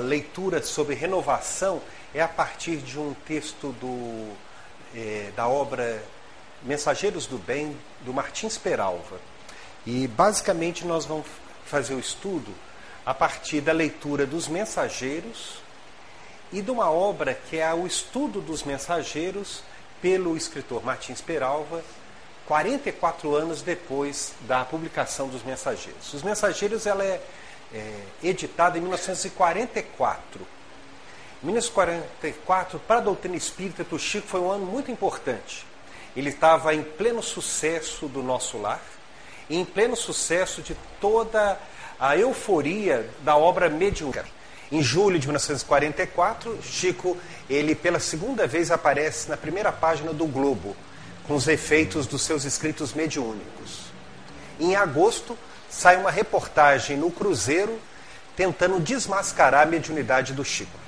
leitura sobre renovação é a partir de um texto da obra Mensageiros do Bem, do Martins Peralva. E basicamente nós vamos fazer o estudo a partir da leitura dos Mensageiros e de uma obra que é o estudo dos Mensageiros pelo escritor Martins Peralva, 44 anos depois da publicação dos Mensageiros. Os Mensageiros ela é editada em 1944. Em 1944, para a doutrina espírita do Chico, foi um ano muito importante. Ele estava em pleno sucesso do Nosso Lar e em pleno sucesso de toda a euforia da obra mediúnica. Em julho de 1944, Chico, ele pela segunda vez aparece na primeira página do Globo, com os efeitos dos seus escritos mediúnicos. Em agosto, sai uma reportagem no Cruzeiro tentando desmascarar a mediunidade do Chico.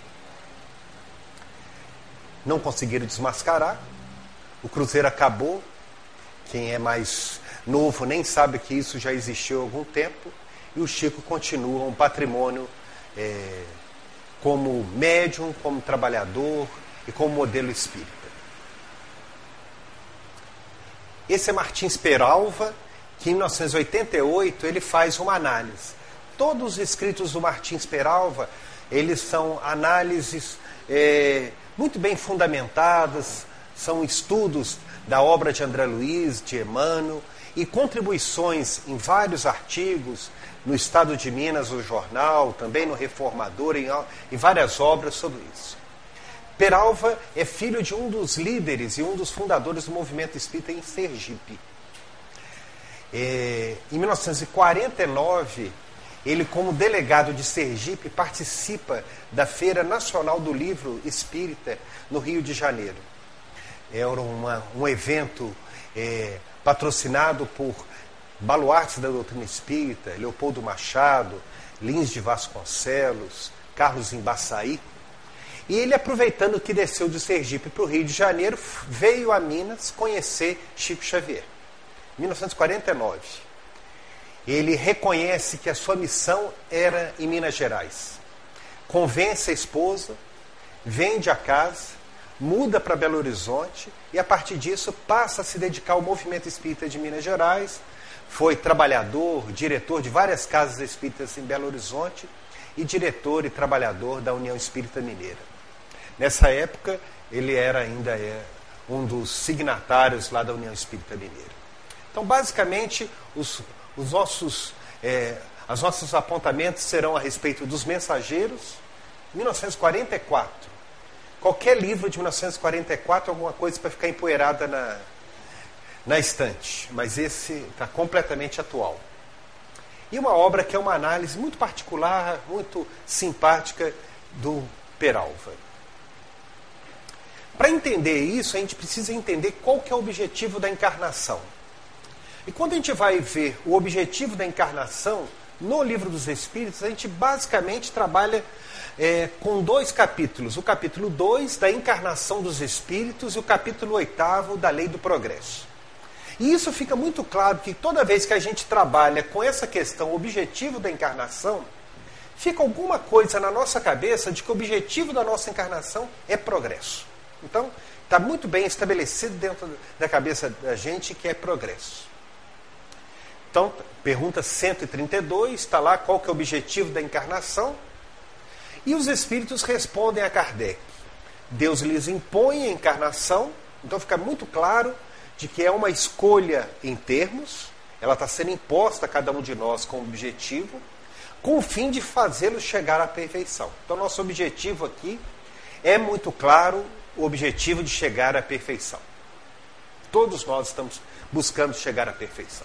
Não conseguiram desmascarar, o Cruzeiro acabou. Quem é mais novo nem sabe que isso já existiu há algum tempo, e o Chico continua um patrimônio como médium, como trabalhador e como modelo espírita. Esse é Martins Peralva, que em 1988 ele faz uma análise. Todos os escritos do Martins Peralva, eles são análises muito bem fundamentadas, são estudos da obra de André Luiz, de Emmanuel, e contribuições em vários artigos, no Estado de Minas, o jornal, também no Reformador, em várias obras sobre isso. Peralva é filho de um dos líderes e um dos fundadores do movimento espírita em Sergipe. Em 1949, ele, como delegado de Sergipe, participa da Feira Nacional do Livro Espírita no Rio de Janeiro. Era um evento patrocinado por baluartes da doutrina espírita, Leopoldo Machado, Lins de Vasconcelos, Carlos Embaçaí. E ele, aproveitando que desceu de Sergipe para o Rio de Janeiro, veio a Minas conhecer Chico Xavier. 1949. Ele reconhece que a sua missão era em Minas Gerais. Convence a esposa, vende a casa, muda para Belo Horizonte e, a partir disso, passa a se dedicar ao movimento espírita de Minas Gerais. Foi trabalhador, diretor de várias casas espíritas em Belo Horizonte e diretor e trabalhador da União Espírita Mineira. Nessa época, ele ainda é um dos signatários lá da União Espírita Mineira. Então, basicamente, os nossos apontamentos serão a respeito dos Mensageiros, 1944. Qualquer livro de 1944 é alguma coisa para ficar empoeirada na estante, mas esse está completamente atual. E uma obra que é uma análise muito particular, muito simpática do Peralva. Para entender isso, a gente precisa entender qual que é o objetivo da encarnação. E quando a gente vai ver o objetivo da encarnação no Livro dos Espíritos, a gente basicamente trabalha com dois capítulos. O capítulo 2, da encarnação dos Espíritos, e o capítulo 8, da Lei do Progresso. E isso fica muito claro que toda vez que a gente trabalha com essa questão, o objetivo da encarnação, fica alguma coisa na nossa cabeça de que o objetivo da nossa encarnação é progresso. Então, está muito bem estabelecido dentro da cabeça da gente que é progresso. Então, pergunta 132, está lá qual que é o objetivo da encarnação. E os espíritos respondem a Kardec. Deus lhes impõe a encarnação, então fica muito claro de que é uma escolha em termos, ela está sendo imposta a cada um de nós com objetivo, com o fim de fazê-los chegar à perfeição. Então, nosso objetivo aqui é muito claro, o objetivo de chegar à perfeição. Todos nós estamos buscando chegar à perfeição.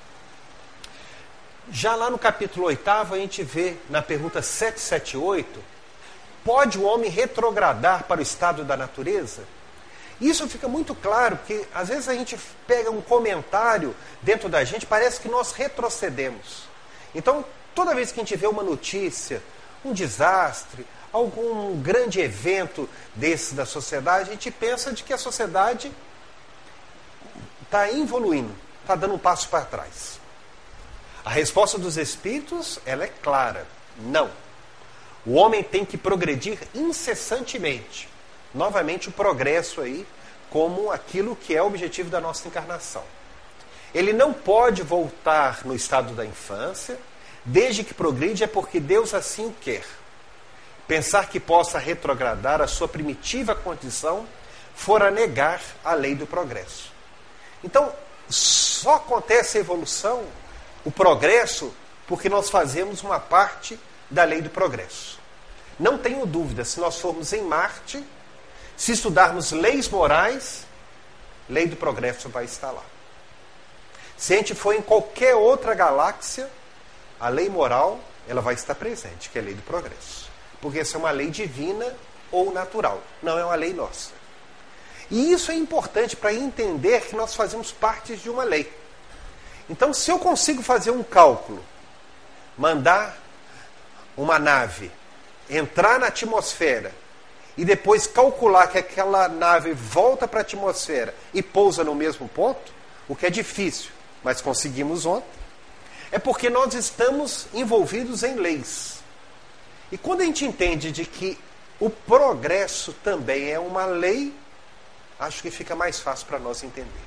Já lá no capítulo 8, a gente vê na pergunta 778, pode o homem retrogradar para o estado da natureza? Isso fica muito claro, porque às vezes a gente pega um comentário dentro da gente, parece que nós retrocedemos. Então, toda vez que a gente vê uma notícia, um desastre, algum grande evento desse da sociedade, a gente pensa de que a sociedade está evoluindo, está dando um passo para trás. A resposta dos espíritos, ela é clara. Não. O homem tem que progredir incessantemente. Novamente o progresso aí como aquilo que é o objetivo da nossa encarnação. Ele não pode voltar no estado da infância, desde que progride é porque Deus assim o quer. Pensar que possa retrogradar a sua primitiva condição fora negar a lei do progresso. Então, só acontece a evolução, o progresso, porque nós fazemos uma parte da lei do progresso. Não tenho dúvida, se nós formos em Marte, se estudarmos leis morais, lei do progresso vai estar lá. Se a gente for em qualquer outra galáxia, a lei moral ela vai estar presente, que é a lei do progresso. Porque essa é uma lei divina ou natural, não é uma lei nossa. E isso é importante para entender que nós fazemos parte de uma lei. Então, se eu consigo fazer um cálculo, mandar uma nave entrar na atmosfera e depois calcular que aquela nave volta para a atmosfera e pousa no mesmo ponto, o que é difícil, mas conseguimos ontem, é porque nós estamos envolvidos em leis. E quando a gente entende de que o progresso também é uma lei, acho que fica mais fácil para nós entendermos.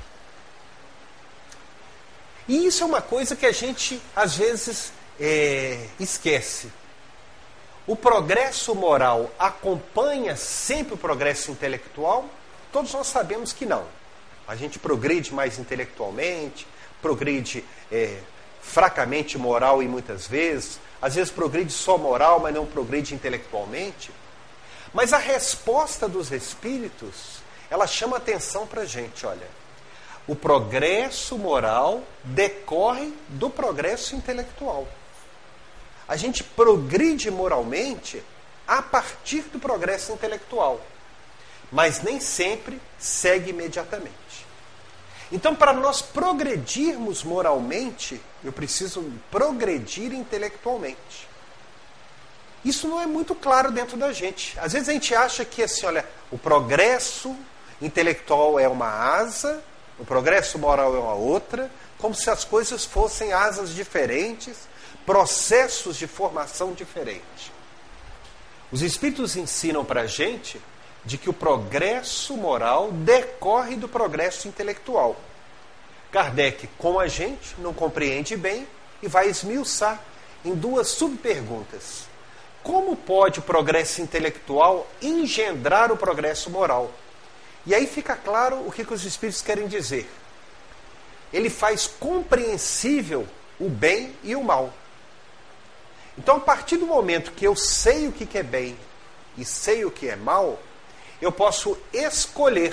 E isso é uma coisa que a gente, às vezes, esquece. O progresso moral acompanha sempre o progresso intelectual? Todos nós sabemos que não. A gente progride mais intelectualmente, progride fracamente moral e muitas vezes, às vezes progride só moral, mas não progride intelectualmente. Mas a resposta dos espíritos, ela chama atenção para a gente, olha. O progresso moral decorre do progresso intelectual. A gente progride moralmente a partir do progresso intelectual, mas nem sempre segue imediatamente. Então, para nós progredirmos moralmente, eu preciso progredir intelectualmente. Isso não é muito claro dentro da gente. Às vezes a gente acha que assim, olha, o progresso intelectual é uma asa, o progresso moral é uma outra, como se as coisas fossem asas diferentes, processos de formação diferentes. Os espíritos ensinam para a gente de que o progresso moral decorre do progresso intelectual. Kardec, com a gente, não compreende bem e vai esmiuçar em duas subperguntas. Como pode o progresso intelectual engendrar o progresso moral? E aí fica claro o que os espíritos querem dizer. Ele faz compreensível o bem e o mal. Então, a partir do momento que eu sei o que é bem e sei o que é mal, eu posso escolher.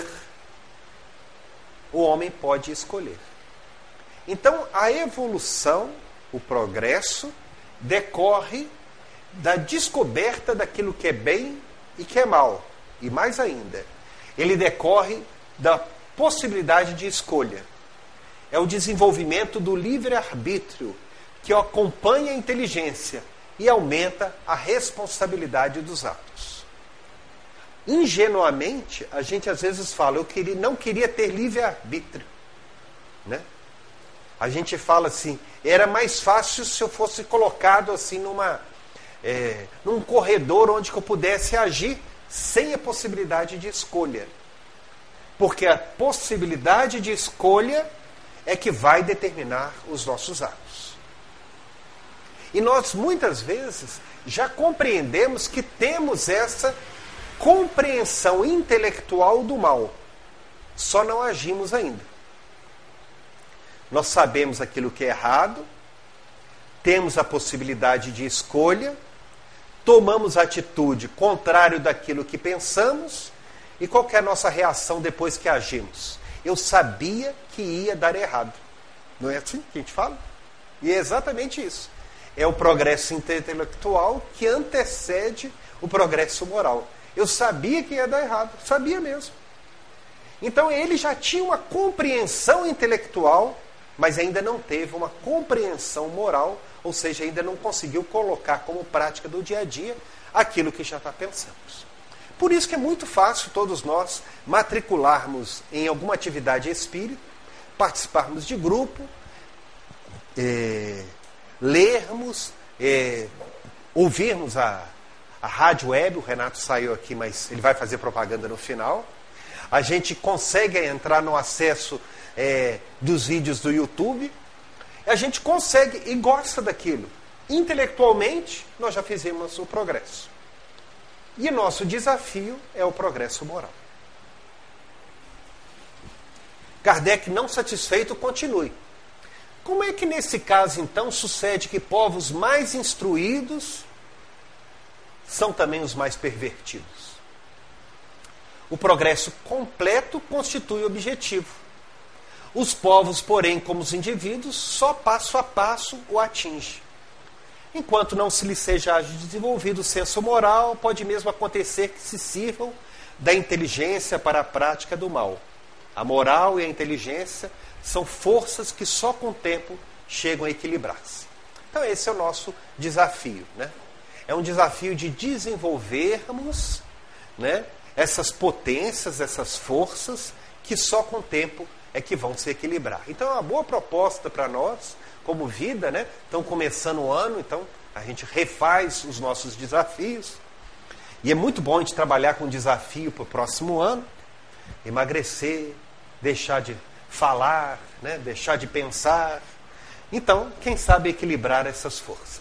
O homem pode escolher. Então, a evolução, o progresso, decorre da descoberta daquilo que é bem e que é mal. E mais ainda, ele decorre da possibilidade de escolha. É o desenvolvimento do livre-arbítrio que acompanha a inteligência e aumenta a responsabilidade dos atos. Ingenuamente, a gente às vezes fala, não queria ter livre-arbítrio. Né? A gente fala assim, era mais fácil se eu fosse colocado assim num corredor onde eu pudesse agir sem a possibilidade de escolha. Porque a possibilidade de escolha é que vai determinar os nossos atos. E nós, muitas vezes, já compreendemos que temos essa compreensão intelectual do mal. Só não agimos ainda. Nós sabemos aquilo que é errado, temos a possibilidade de escolha, tomamos atitude contrária daquilo que pensamos, e qual que é a nossa reação depois que agimos? Eu sabia que ia dar errado. Não é assim que a gente fala? E é exatamente isso. É o progresso intelectual que antecede o progresso moral. Eu sabia que ia dar errado, sabia mesmo. Então ele já tinha uma compreensão intelectual, mas ainda não teve uma compreensão moral, ou seja, ainda não conseguiu colocar como prática do dia a dia aquilo que já pensamos. Por isso que é muito fácil todos nós matricularmos em alguma atividade espírita, participarmos de grupo, lermos, ouvirmos a rádio web, o Renato saiu aqui, mas ele vai fazer propaganda no final. A gente consegue entrar no acesso dos vídeos do YouTube. A gente consegue e gosta daquilo. Intelectualmente, nós já fizemos o progresso. E nosso desafio é o progresso moral. Kardec, não satisfeito, continue. Como é que nesse caso, então, sucede que povos mais instruídos são também os mais pervertidos? O progresso completo constitui o objetivo. Os povos, porém, como os indivíduos, só passo a passo o atingem. Enquanto não se lhes seja desenvolvido o senso moral, pode mesmo acontecer que se sirvam da inteligência para a prática do mal. A moral e a inteligência são forças que só com o tempo chegam a equilibrar-se. Então esse é o nosso desafio, né? É um desafio de desenvolvermos, né, essas potências, essas forças, que só com o tempo é que vão se equilibrar. Então é uma boa proposta para nós, como vida, né? Então começando o ano, então a gente refaz os nossos desafios. E é muito bom a gente trabalhar com desafio para o próximo ano. Emagrecer, deixar de falar, né? Deixar de pensar. Então, quem sabe equilibrar essas forças.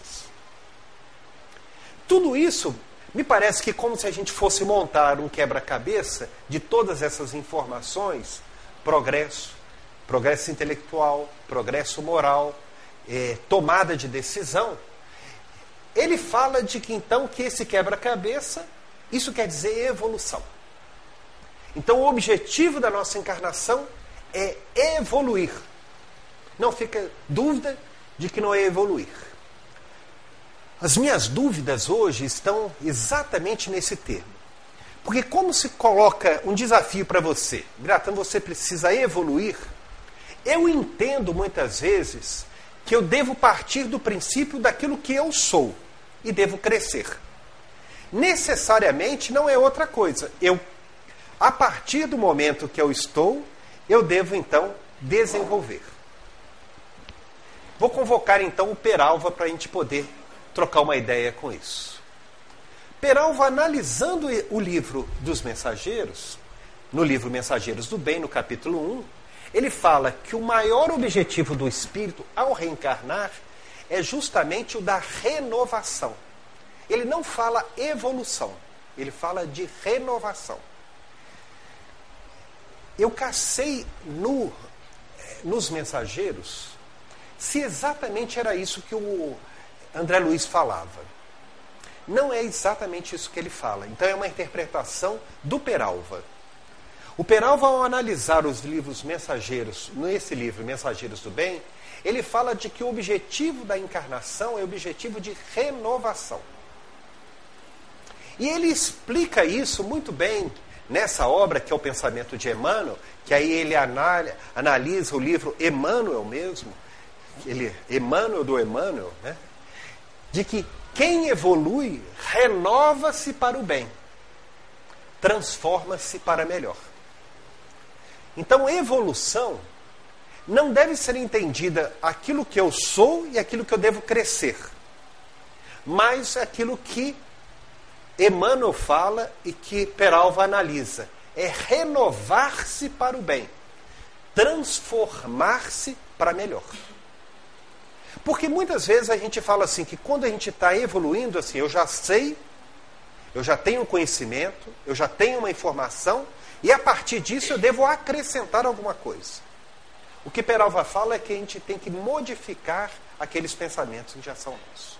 Tudo isso me parece que como se a gente fosse montar um quebra-cabeça de todas essas informações, progresso intelectual, progresso moral, tomada de decisão. Ele fala de que então que esse quebra-cabeça, isso quer dizer evolução. Então o objetivo da nossa encarnação é evoluir. Não fica dúvida de que não é evoluir. As minhas dúvidas hoje estão exatamente nesse termo. Porque como se coloca um desafio para você, Gratão, você precisa evoluir, eu entendo muitas vezes que eu devo partir do princípio daquilo que eu sou e devo crescer. Necessariamente não é outra coisa. A partir do momento que eu estou, eu devo então desenvolver. Vou convocar então o Peralva para a gente poder trocar uma ideia com isso. Peralva, analisando o livro dos Mensageiros, no livro Mensageiros do Bem, no capítulo 1, ele fala que o maior objetivo do espírito ao reencarnar é justamente o da renovação. Ele não fala evolução, ele fala de renovação. Eu cacei nos Mensageiros se exatamente era isso que o André Luiz falava. Não é exatamente isso que ele fala. Então é uma interpretação do Peralva. O Peralva, ao analisar os livros mensageiros, nesse livro Mensageiros do Bem, ele fala de que o objetivo da encarnação é o objetivo de renovação. E ele explica isso muito bem nessa obra, que é o Pensamento de Emmanuel, que aí ele analisa o livro Emmanuel mesmo, Emmanuel do Emmanuel, né? De que quem evolui renova-se para o bem, transforma-se para melhor. Então, evolução não deve ser entendida aquilo que eu sou e aquilo que eu devo crescer, mas aquilo que Emmanuel fala e que Peralva analisa. É renovar-se para o bem, transformar-se para melhor. Porque muitas vezes a gente fala assim, que quando a gente está evoluindo, assim, eu já sei, eu já tenho conhecimento, eu já tenho uma informação, e a partir disso eu devo acrescentar alguma coisa. O que Peralva fala é que a gente tem que modificar aqueles pensamentos que já são nossos.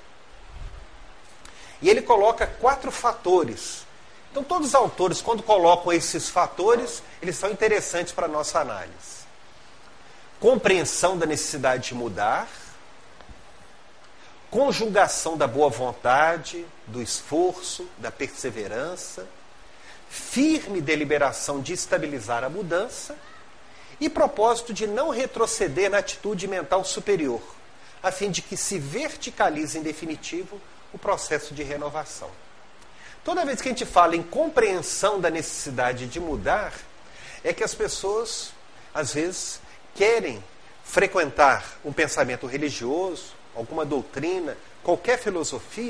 E ele coloca 4 fatores. Então todos os autores, quando colocam esses fatores, eles são interessantes para a nossa análise. Compreensão da necessidade de mudar, conjugação da boa vontade, do esforço, da perseverança, firme deliberação de estabilizar a mudança e propósito de não retroceder na atitude mental superior, a fim de que se verticalize em definitivo o processo de renovação. Toda vez que a gente fala em compreensão da necessidade de mudar, é que as pessoas, às vezes, querem frequentar um pensamento religioso, alguma doutrina, qualquer filosofia,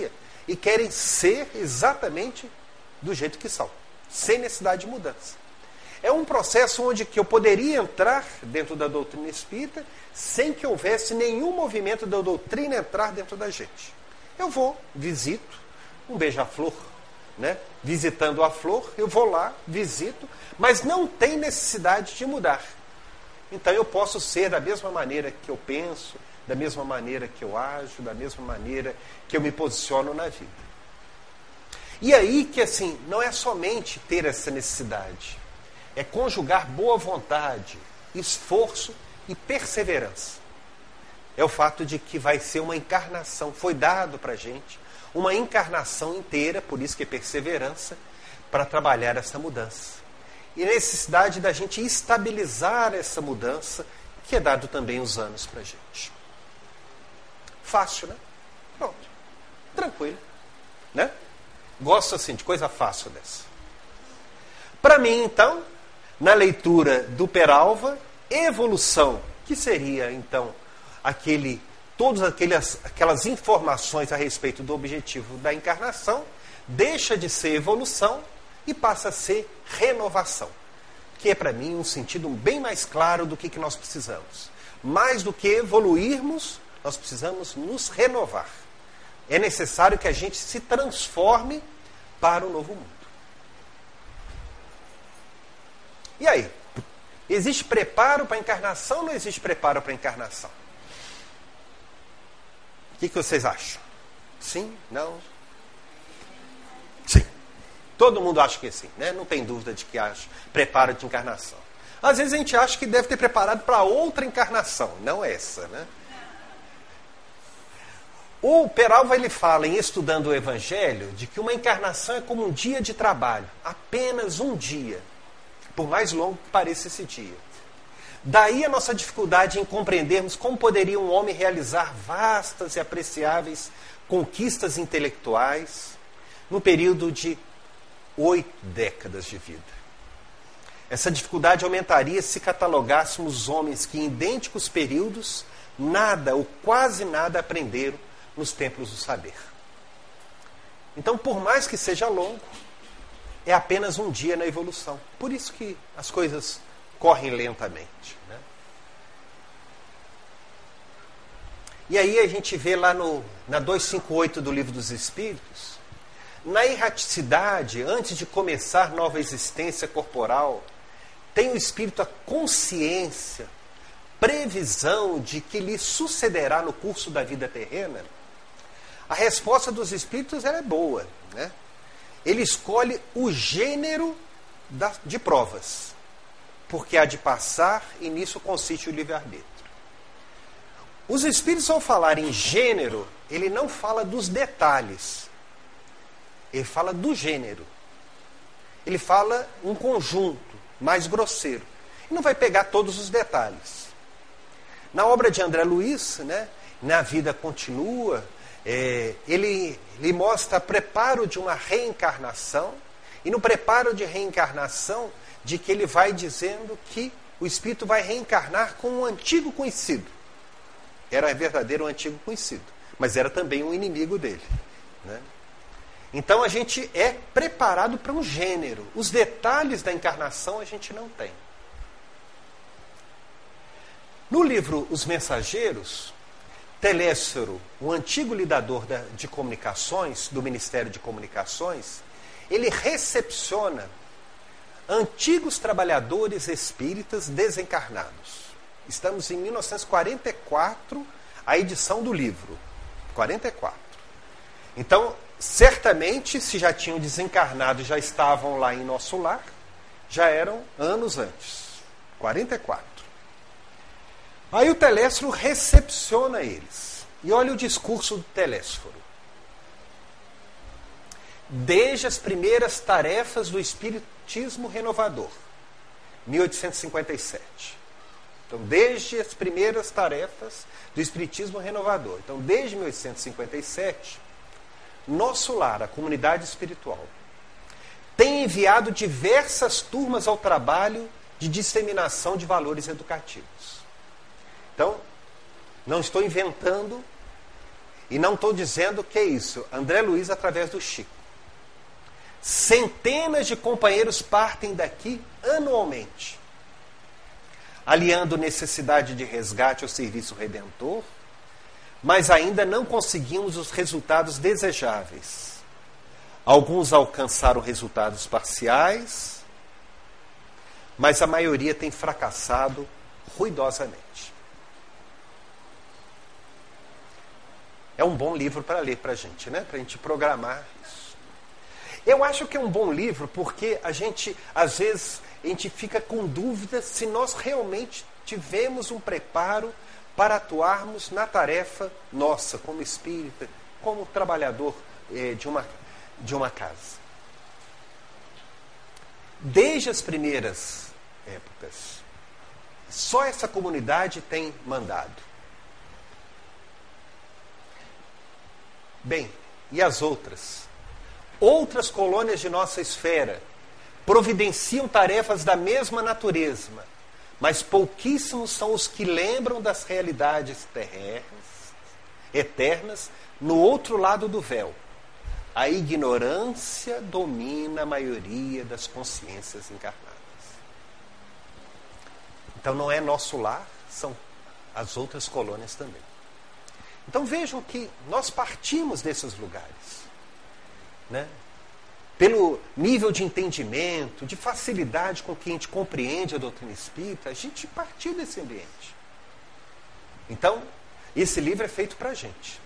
e querem ser exatamente do jeito que são, sem necessidade de mudança. É um processo onde que eu poderia entrar dentro da doutrina espírita sem que houvesse nenhum movimento da doutrina entrar dentro da gente. Eu vou, visito, um beija-flor, né? Visitando a flor, eu vou lá, visito, mas não tem necessidade de mudar. Então eu posso ser da mesma maneira que eu penso, da mesma maneira que eu ajo, da mesma maneira que eu me posiciono na vida. E aí que assim, não é somente ter essa necessidade, é conjugar boa vontade, esforço e perseverança. É o fato de que vai ser uma encarnação, foi dado para a gente, uma encarnação inteira, por isso que é perseverança, para trabalhar essa mudança. E necessidade da gente estabilizar essa mudança, que é dado também os anos para a gente. Fácil, né? Pronto. Tranquilo. Né? Gosto assim de coisa fácil dessa. Para mim, então, na leitura do Peralva, evolução, que seria, então, todas aquelas informações a respeito do objetivo da encarnação, deixa de ser evolução e passa a ser renovação, que é para mim um sentido bem mais claro do que nós precisamos. Mais do que evoluirmos, nós precisamos nos renovar. É necessário que a gente se transforme para o novo mundo. E aí? Existe preparo para a encarnação ou não existe preparo para a encarnação? O que vocês acham? Sim? Não? Sim. Todo mundo acha que sim, né? Não tem dúvida de que acha preparo de encarnação. Às vezes a gente acha que deve ter preparado para outra encarnação, não essa, né? O Peralva ele fala, em Estudando o Evangelho, de que uma encarnação é como um dia de trabalho, apenas um dia, por mais longo que pareça esse dia. Daí a nossa dificuldade em compreendermos como poderia um homem realizar vastas e apreciáveis conquistas intelectuais no período de 8 décadas de vida. Essa dificuldade aumentaria se catalogássemos homens que em idênticos períodos nada ou quase nada aprenderam nos templos do saber. Então, por mais que seja longo, é apenas um dia na evolução. Por isso que as coisas correm lentamente. Né? E aí a gente vê lá na 258 do Livro dos Espíritos, na erraticidade, antes de começar nova existência corporal, tem o espírito a consciência, previsão de que lhe sucederá no curso da vida terrena. A resposta dos espíritos ela é boa. Né? Ele escolhe o gênero de provas, porque há de passar e nisso consiste o livre-arbítrio. Os espíritos, ao falar em gênero, ele não fala dos detalhes, ele fala do gênero. Ele fala um conjunto mais grosseiro. E não vai pegar todos os detalhes. Na obra de André Luiz, né, Na Vida Continua, ele mostra preparo de uma reencarnação, e no preparo de reencarnação, de que ele vai dizendo que o espírito vai reencarnar com um antigo conhecido. Era verdadeiro um antigo conhecido, mas era também um inimigo dele. Né? Então a gente é preparado para um gênero. Os detalhes da encarnação a gente não tem. No livro Os Mensageiros, Telésforo, o antigo lidador de comunicações, do Ministério de Comunicações, ele recepciona antigos trabalhadores espíritas desencarnados. Estamos em 1944, a edição do livro. 44. Então, certamente, se já tinham desencarnado e já estavam lá em nosso lar, já eram anos antes. 44. Aí o Telésforo recepciona eles. E olha o discurso do Telésforo. Desde as primeiras tarefas do Espiritismo Renovador, 1857. Então, desde as primeiras tarefas do Espiritismo Renovador. Então, desde 1857, nosso lar, a comunidade espiritual, tem enviado diversas turmas ao trabalho de disseminação de valores educativos. Então, não estou inventando E não estou dizendo que é isso. André Luiz através do Chico. Centenas de companheiros partem daqui anualmente, aliando necessidade de resgate ao serviço redentor, mas ainda não conseguimos os resultados desejáveis. Alguns alcançaram resultados parciais, mas a maioria tem fracassado ruidosamente. É um bom livro para ler para a gente, né? Para a gente programar isso. Eu acho que é um bom livro porque a gente, às vezes, a gente fica com dúvida se nós realmente tivemos um preparo para atuarmos na tarefa nossa, como espírita, como trabalhador de uma casa. Desde as primeiras épocas, só essa comunidade tem mandado. Bem, e as outras? Outras colônias de nossa esfera providenciam tarefas da mesma natureza, mas pouquíssimos são os que lembram das realidades eternas no outro lado do véu. A ignorância domina a maioria das consciências encarnadas. Então não é nosso lar, são as outras colônias também. Então vejam que nós partimos desses lugares, né? Pelo nível de entendimento, de facilidade com que a gente compreende a doutrina espírita, a gente partiu desse ambiente. Então, esse livro é feito para a gente.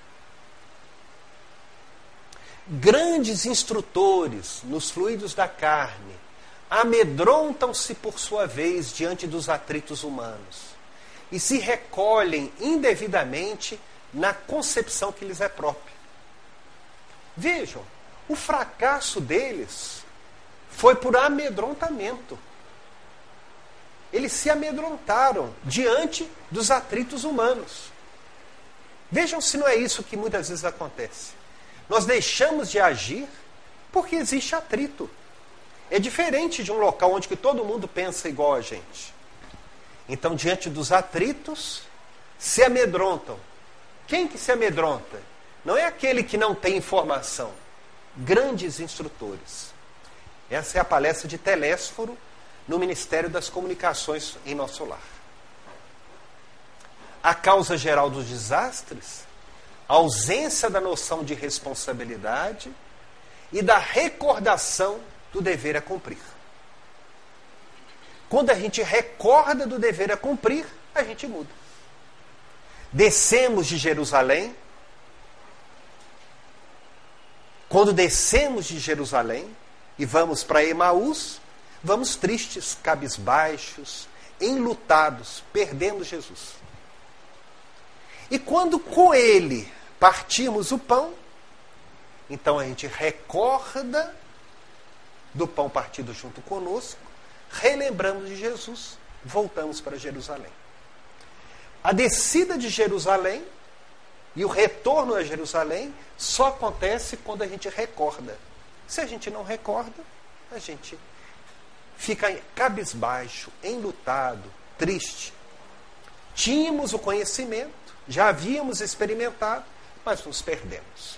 Grandes instrutores nos fluidos da carne amedrontam-se por sua vez diante dos atritos humanos e se recolhem indevidamente na concepção que lhes é própria. Vejam, o fracasso deles foi por amedrontamento. Eles se amedrontaram diante dos atritos humanos. Vejam se não é isso que muitas vezes acontece. Nós deixamos de agir porque existe atrito. É diferente de um local onde que todo mundo pensa igual a gente. Então, diante dos atritos, se amedrontam. Quem que se amedronta? Não é aquele que não tem informação. Grandes instrutores. Essa é a palestra de Telésforo no Ministério das Comunicações em nosso lar. A causa geral dos desastres, a ausência da noção de responsabilidade e da recordação do dever a cumprir. Quando a gente recorda do dever a cumprir, a gente muda. Descemos de Jerusalém. Quando descemos de Jerusalém e vamos para Emaús, vamos tristes, cabisbaixos, enlutados, perdendo Jesus. E quando com ele partimos o pão, então a gente recorda do pão partido junto conosco, relembramos de Jesus, voltamos para Jerusalém. A descida de Jerusalém e o retorno a Jerusalém só acontece quando a gente recorda. Se a gente não recorda, a gente fica cabisbaixo, enlutado, triste. Tínhamos o conhecimento, já havíamos experimentado, mas nos perdemos.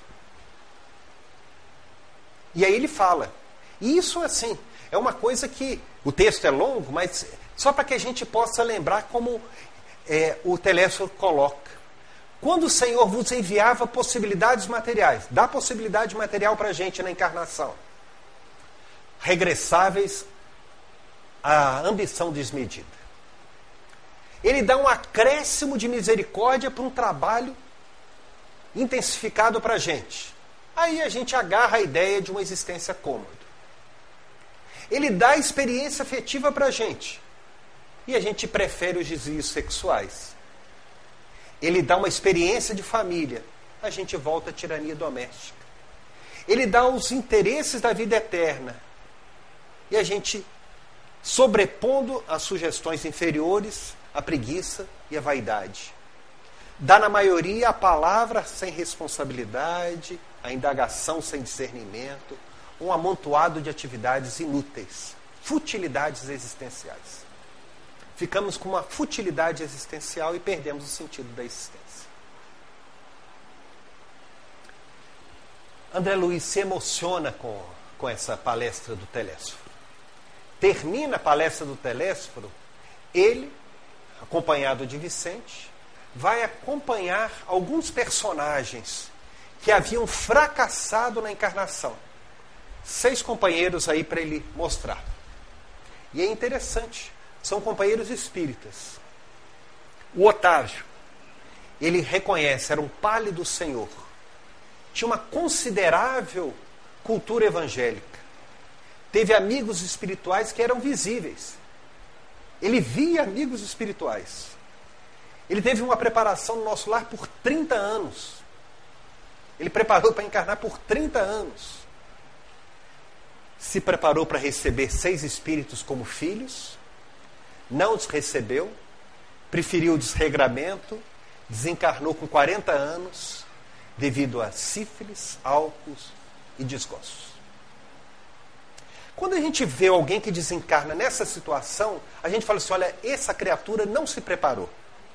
E aí ele fala. E isso, assim, é uma coisa que... O texto é longo, mas só para que a gente possa lembrar como o Telésforo coloca. Quando o Senhor vos enviava possibilidades materiais, dá possibilidade material para a gente na encarnação, regressáveis à ambição desmedida. Ele dá um acréscimo de misericórdia para um trabalho intensificado para a gente. Aí a gente agarra a ideia de uma existência cômoda. Ele dá experiência afetiva para a gente. E a gente prefere os desvios sexuais. Ele dá uma experiência de família. A gente volta à tirania doméstica. Ele dá os interesses da vida eterna. E a gente, sobrepondo as sugestões inferiores, a preguiça e a vaidade. Dá na maioria a palavra sem responsabilidade, a indagação sem discernimento, um amontoado de atividades inúteis, futilidades existenciais. Ficamos com uma futilidade existencial e perdemos o sentido da existência. André Luiz se emociona com essa palestra do Telésforo. Termina a palestra do Telésforo, ele, acompanhado de Vicente, vai acompanhar alguns personagens que haviam fracassado na encarnação. 6 companheiros aí para ele mostrar. E é interessante, são companheiros espíritas. O Otávio, ele reconhece, era um pálido senhor. Tinha uma considerável cultura evangélica. Teve amigos espirituais que eram visíveis. Ele via amigos espirituais. Ele teve uma preparação no nosso lar por 30 anos. Ele preparou para encarnar por 30 anos. Se preparou para receber 6 espíritos como filhos. Não os recebeu. Preferiu o desregramento. Desencarnou com 40 anos. Devido a sífilis, álcool e desgostos. Quando a gente vê alguém que desencarna nessa situação, a gente fala assim, olha, essa criatura não se preparou.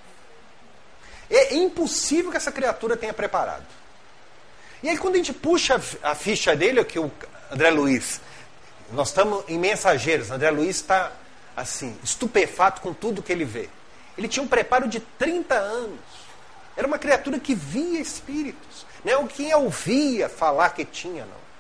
É impossível que essa criatura tenha preparado. E aí quando a gente puxa a ficha dele, que o André Luiz, nós estamos em Mensageiros, André Luiz está assim, estupefato com tudo que ele vê. Ele tinha um preparo de 30 anos. Era uma criatura que via espíritos. Não é o que ouvia falar que tinha, não.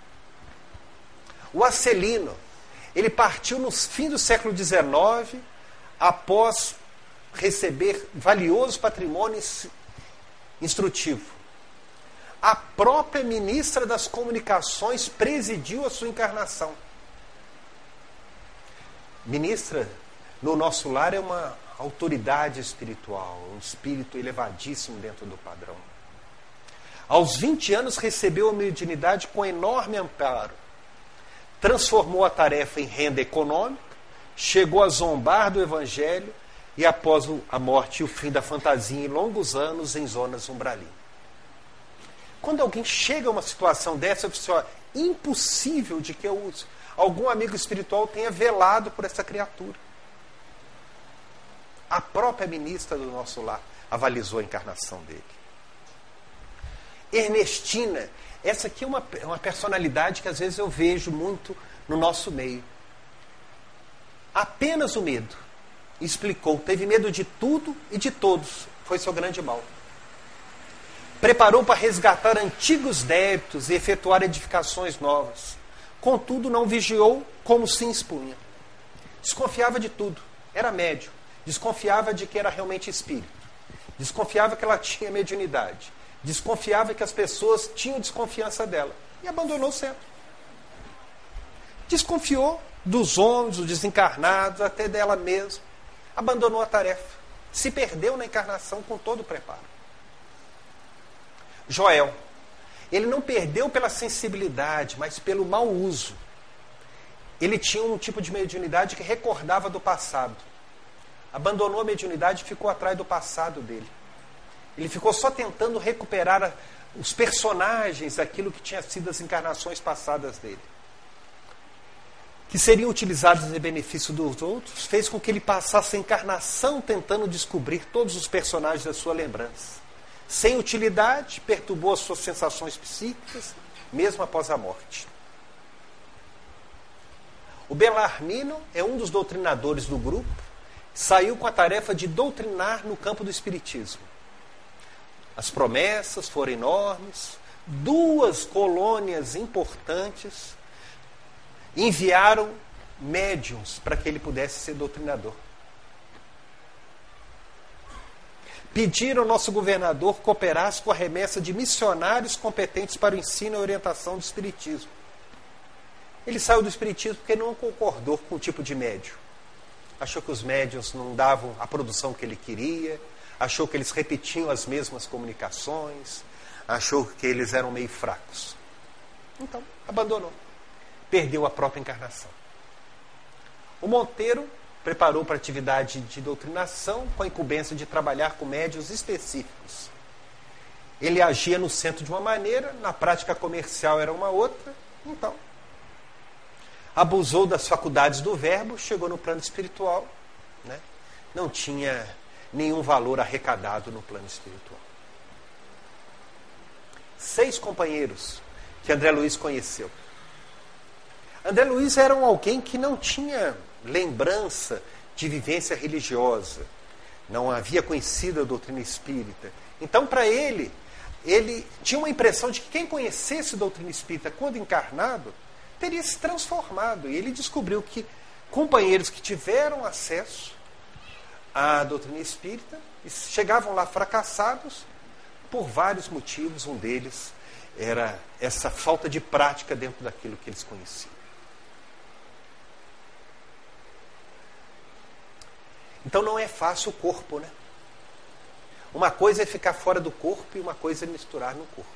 O Acelino, ele partiu no fim do século XIX, após receber valioso patrimônio instrutivo. A própria ministra das Comunicações presidiu a sua encarnação. Ministra, no nosso lar, é uma autoridade espiritual, um espírito elevadíssimo dentro do padrão. Aos 20 anos recebeu a mediunidade com enorme amparo. Transformou a tarefa em renda econômica, chegou a zombar do Evangelho e após a morte e o fim da fantasia em longos anos em zonas umbralinas. Quando alguém chega a uma situação dessa, eu falo assim, impossível de que algum amigo espiritual tenha velado por essa criatura. A própria ministra do nosso lar avalizou a encarnação dele. Ernestina, essa aqui é uma personalidade que às vezes eu vejo muito no nosso meio. Apenas o medo. Explicou, teve medo de tudo e de todos. Foi seu grande mal. Preparou para resgatar antigos débitos e efetuar edificações novas. Contudo, não vigiou como se expunha. Desconfiava de tudo. Era médium. Desconfiava de que era realmente espírito. Desconfiava que ela tinha mediunidade. Desconfiava que as pessoas tinham desconfiança dela. E abandonou o centro. Desconfiou dos homens, dos desencarnados, até dela mesma. Abandonou a tarefa. Se perdeu na encarnação com todo o preparo. Joel. Ele não perdeu pela sensibilidade, mas pelo mau uso. Ele tinha um tipo de mediunidade que recordava do passado. Abandonou a mediunidade e ficou atrás do passado dele. Ele ficou só tentando recuperar os personagens daquilo que tinha sido as encarnações passadas dele. Que seriam utilizados em benefício dos outros, fez com que ele passasse a encarnação tentando descobrir todos os personagens da sua lembrança. Sem utilidade, perturbou as suas sensações psíquicas, mesmo após a morte. O Belarmino é um dos doutrinadores do grupo, saiu com a tarefa de doutrinar no campo do espiritismo. As promessas foram enormes, 2 colônias importantes enviaram médiuns para que ele pudesse ser doutrinador. Pediram ao nosso governador que cooperasse com a remessa de missionários competentes para o ensino e orientação do espiritismo. Ele saiu do espiritismo porque não concordou com o tipo de médium. Achou que os médiuns não davam a produção que ele queria, achou que eles repetiam as mesmas comunicações, achou que eles eram meio fracos. Então, abandonou. Perdeu a própria encarnação. O Monteiro preparou para a atividade de doutrinação com a incumbência de trabalhar com médiuns específicos. Ele agia no centro de uma maneira, na prática comercial era uma outra, então abusou das faculdades do verbo, chegou no plano espiritual, né? Não tinha nenhum valor arrecadado no plano espiritual. 6 companheiros que André Luiz conheceu. André Luiz era alguém que não tinha lembrança de vivência religiosa, não havia conhecido a doutrina espírita. Então, para ele tinha uma impressão de que quem conhecesse a doutrina espírita quando encarnado teria se transformado. E ele descobriu que companheiros que tiveram acesso à doutrina espírita chegavam lá fracassados por vários motivos. Um deles era essa falta de prática dentro daquilo que eles conheciam. Então não é fácil o corpo, né? Uma coisa é ficar fora do corpo e uma coisa é misturar no corpo.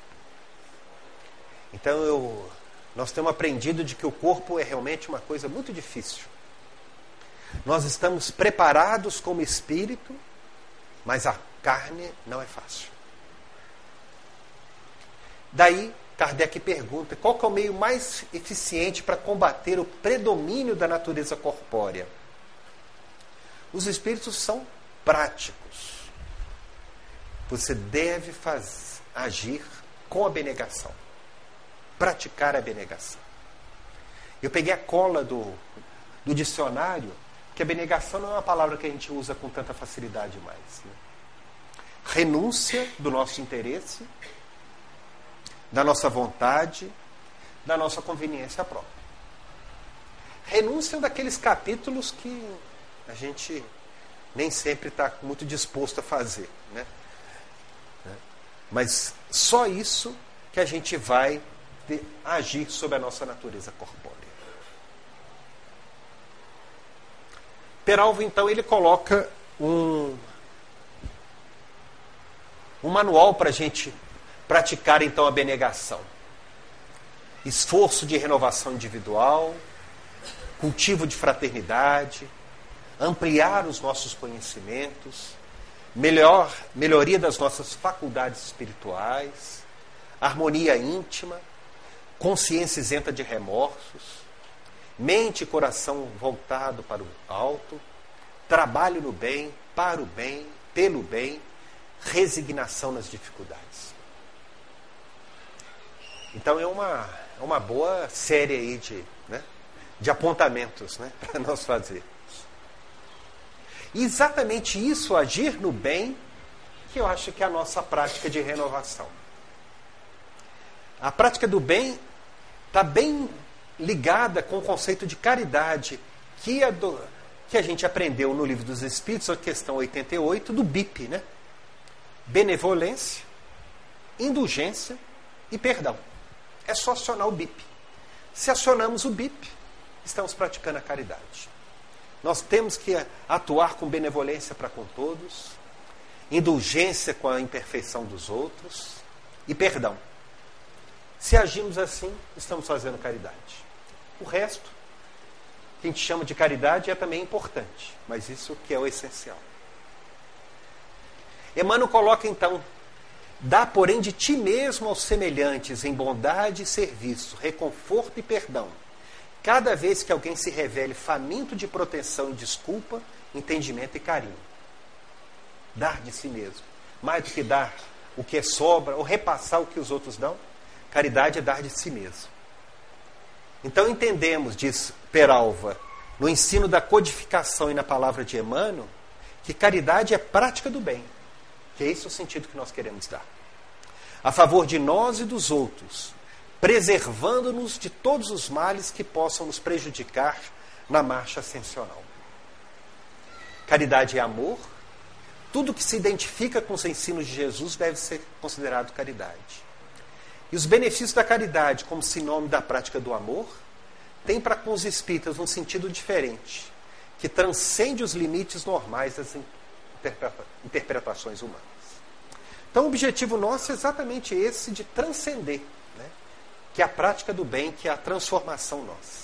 Então nós temos aprendido de que o corpo é realmente uma coisa muito difícil. Nós estamos preparados como espírito, mas a carne não é fácil. Daí Kardec pergunta qual que é o meio mais eficiente para combater o predomínio da natureza corpórea. Os espíritos são práticos. Você deve agir com abnegação. Praticar a abnegação. Eu peguei a cola do dicionário, que abnegação não é uma palavra que a gente usa com tanta facilidade mais. Né? Renúncia do nosso interesse, da nossa vontade, da nossa conveniência própria. Renúncia daqueles capítulos que a gente nem sempre está muito disposto a fazer. Né? Mas só isso que a gente vai agir sobre a nossa natureza corpórea. Peralva, então, ele coloca um manual para a gente praticar, então, a abnegação. Esforço de renovação individual, cultivo de fraternidade, ampliar os nossos conhecimentos, melhoria das nossas faculdades espirituais, harmonia íntima, consciência isenta de remorsos, mente e coração voltado para o alto, trabalho no bem, para o bem, pelo bem, resignação nas dificuldades. Então é uma boa série aí de apontamentos, né, para nós fazermos. E exatamente isso, agir no bem, que eu acho que é a nossa prática de renovação. A prática do bem está bem ligada com o conceito de caridade que a gente aprendeu no Livro dos Espíritos, a questão 88, do BIP, né? Benevolência, indulgência e perdão. É só acionar o BIP. Se acionamos o BIP, estamos praticando a caridade. Nós temos que atuar com benevolência para com todos, indulgência com a imperfeição dos outros e perdão. Se agimos assim, estamos fazendo caridade. O resto, que a gente chama de caridade, é também importante, mas isso que é o essencial. Emmanuel coloca então: dá, porém, de ti mesmo aos semelhantes em bondade e serviço, reconforto e perdão, cada vez que alguém se revele faminto de proteção e desculpa, entendimento e carinho. Dar de si mesmo, mais do que dar o que sobra ou repassar o que os outros dão. Caridade é dar de si mesmo. Então entendemos, diz Peralva, no ensino da codificação e na palavra de Emmanuel, que caridade é prática do bem, que é esse o sentido que nós queremos dar. A favor de nós e dos outros, preservando-nos de todos os males que possam nos prejudicar na marcha ascensional. Caridade é amor. Tudo que se identifica com os ensinos de Jesus deve ser considerado caridade. E os benefícios da caridade, como sinônimo da prática do amor, tem para com os espíritas um sentido diferente, que transcende os limites normais das interpretações humanas. Então o objetivo nosso é exatamente esse, de transcender, né? Que é a prática do bem, que é a transformação nossa.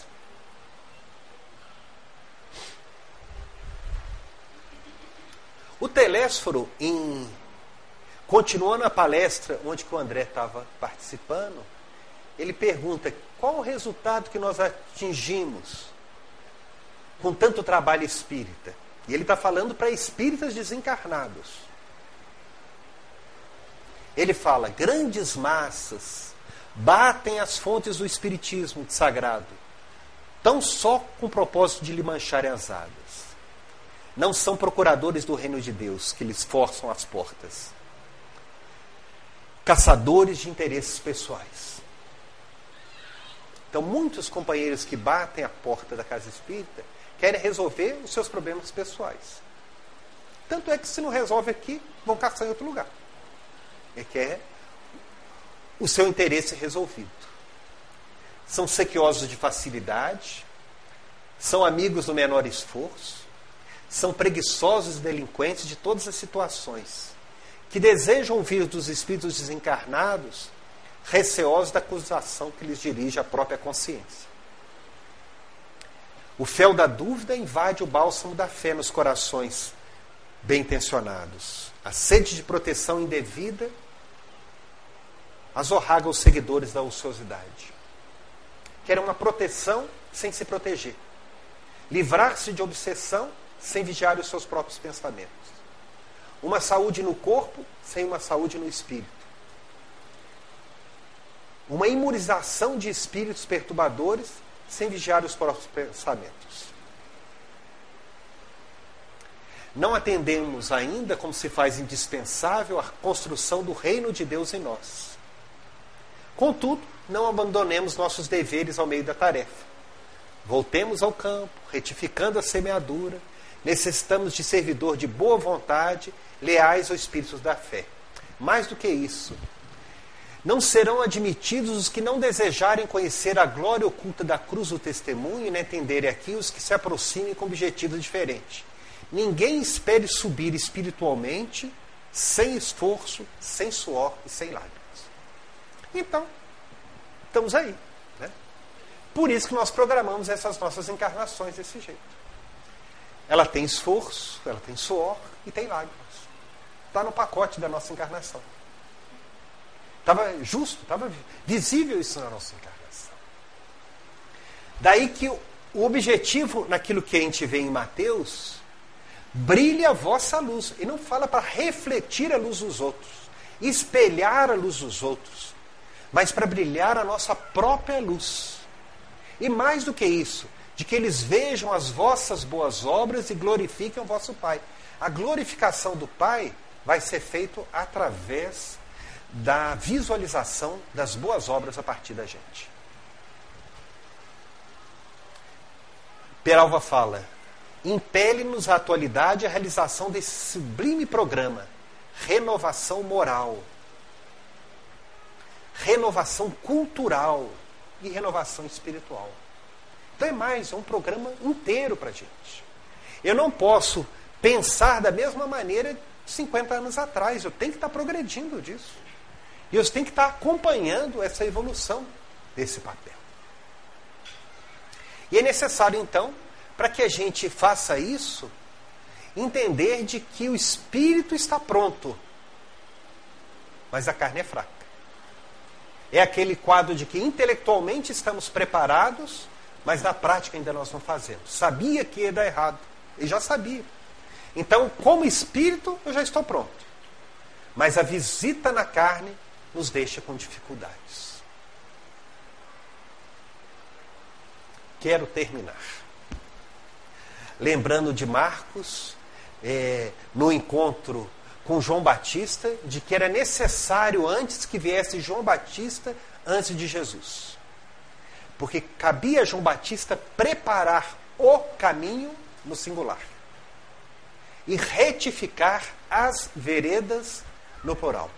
O Telésforo, continuando a palestra onde que o André estava participando, ele pergunta qual o resultado que nós atingimos com tanto trabalho espírita. E ele está falando para espíritas desencarnados. Ele fala: grandes massas batem as fontes do espiritismo sagrado, tão só com o propósito de lhe mancharem as águas. Não são procuradores do reino de Deus que lhes forçam as portas. Caçadores de interesses pessoais. Então, muitos companheiros que batem a porta da casa espírita querem resolver os seus problemas pessoais. Tanto é que, se não resolve aqui, vão caçar em outro lugar. Ele quer o seu interesse resolvido. São sequiosos de facilidade, são amigos do menor esforço, são preguiçosos e delinquentes de todas as situações, que desejam ouvir dos espíritos desencarnados, receosos da acusação que lhes dirige a própria consciência. O fel da dúvida invade o bálsamo da fé nos corações bem intencionados. A sede de proteção indevida azorraga os seguidores da ociosidade. Querem uma proteção sem se proteger. Livrar-se de obsessão sem vigiar os seus próprios pensamentos. Uma saúde no corpo sem uma saúde no espírito. Uma imunização de espíritos perturbadores sem vigiar os próprios pensamentos. Não atendemos ainda como se faz indispensável a construção do reino de Deus em nós. Contudo, não abandonemos nossos deveres ao meio da tarefa. Voltemos ao campo, retificando a semeadura. Necessitamos de servidor de boa vontade, leais aos espíritos da fé. Mais do que isso, não serão admitidos os que não desejarem conhecer a glória oculta da cruz do testemunho e não entenderem aqui os que se aproximem com objetivos diferentes. Ninguém espere subir espiritualmente sem esforço, sem suor e sem lágrimas. Então, estamos aí. Né? Por isso que nós programamos essas nossas encarnações desse jeito. Ela tem esforço, ela tem suor e tem lágrimas. Está no pacote da nossa encarnação. Estava justo, estava visível isso na nossa encarnação. Daí que o objetivo, naquilo que a gente vê em Mateus, brilha a vossa luz. E não fala para refletir a luz dos outros, espelhar a luz dos outros, mas para brilhar a nossa própria luz. E mais do que isso, de que eles vejam as vossas boas obras e glorifiquem o vosso Pai. A glorificação do Pai vai ser feita através da visualização das boas obras a partir da gente. Peralva fala: impele-nos à atualidade a realização desse sublime programa, renovação moral, renovação cultural e renovação espiritual. Então é um programa inteiro para a gente. Eu não posso pensar da mesma maneira de 50 anos atrás. Eu tenho que estar progredindo disso. E eu tenho que estar acompanhando essa evolução desse papel. E é necessário, então, para que a gente faça isso, entender de que o espírito está pronto, mas a carne é fraca. É aquele quadro de que intelectualmente estamos preparados, mas na prática ainda nós não fazemos. Sabia que ia dar errado, e já sabia. Então, como espírito, eu já estou pronto. Mas a visita na carne nos deixa com dificuldades. Quero terminar lembrando de Marcos, no encontro com João Batista, de que era necessário antes que viesse João Batista antes de Jesus. Porque cabia a João Batista preparar o caminho no singular e retificar as veredas no plural.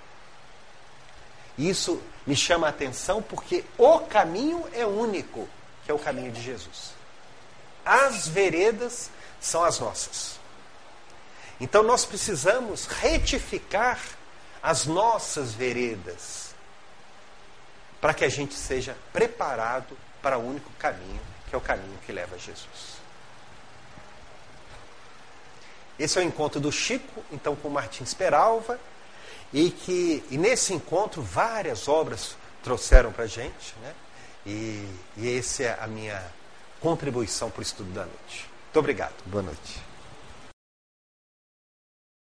Isso me chama a atenção porque o caminho é único, que é o caminho de Jesus. As veredas são as nossas. Então nós precisamos retificar as nossas veredas para que a gente seja preparado para o único caminho, que é o caminho que leva a Jesus. Esse é o encontro do Chico, então, com Martins Peralva, e nesse encontro várias obras trouxeram para a gente, né? E essa é a minha contribuição para o estudo da noite. Muito obrigado. Boa noite.